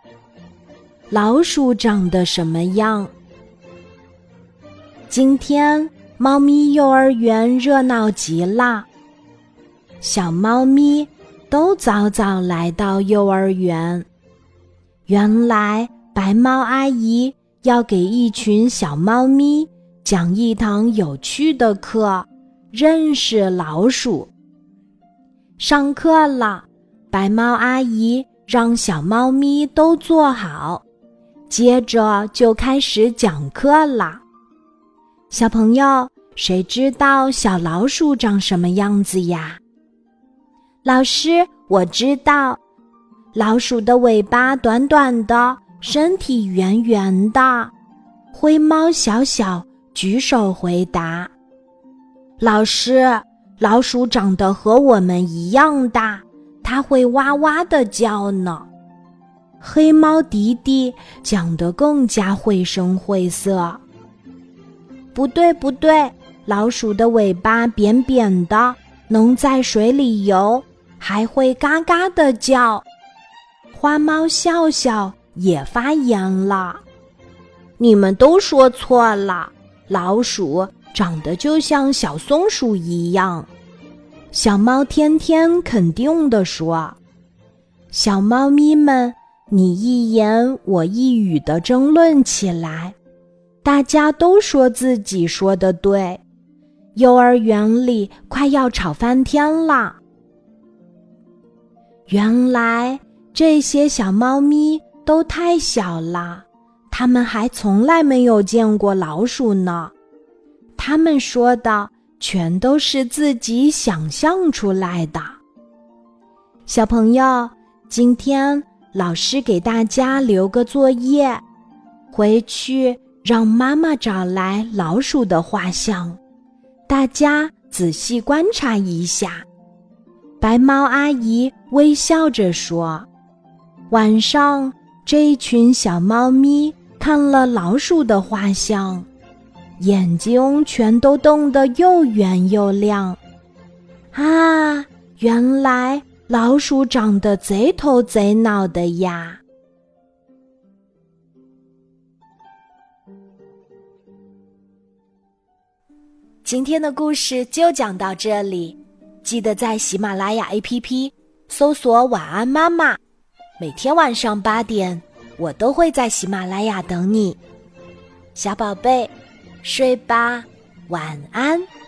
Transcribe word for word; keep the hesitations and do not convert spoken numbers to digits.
老鼠长得什么样？今天猫咪幼儿园热闹极了，小猫咪都早早来到幼儿园。原来白猫阿姨要给一群小猫咪讲一堂有趣的课，认识老鼠。上课了，白猫阿姨让小猫咪都坐好，接着就开始讲课了。小朋友，谁知道小老鼠长什么样子呀？老师，我知道，老鼠的尾巴短短的，身体圆圆的。灰猫小小举手回答。老师，老鼠长得和我们一样大，它会哇哇地叫呢。黑猫迪迪讲得更加绘声绘色。不对不对，老鼠的尾巴扁扁的，能在水里游，还会嘎嘎地叫。花猫笑笑也发言了。你们都说错了，老鼠长得就像小松鼠一样。小猫天天肯定地说。小猫咪们你一言我一语地争论起来，大家都说自己说得对，幼儿园里快要吵翻天了。原来这些小猫咪都太小了，它们还从来没有见过老鼠呢。它们说的全都是自己想象出来的。小朋友，今天老师给大家留个作业，回去让妈妈找来老鼠的画像，大家仔细观察一下。白猫阿姨微笑着说，晚上这群小猫咪看了老鼠的画像，眼睛全都瞪得又圆又亮。啊，原来老鼠长得贼头贼脑的呀！今天的故事就讲到这里，记得在喜马拉雅 A P P 搜索晚安妈妈，每天晚上八点，我都会在喜马拉雅等你。小宝贝，睡吧，晚安。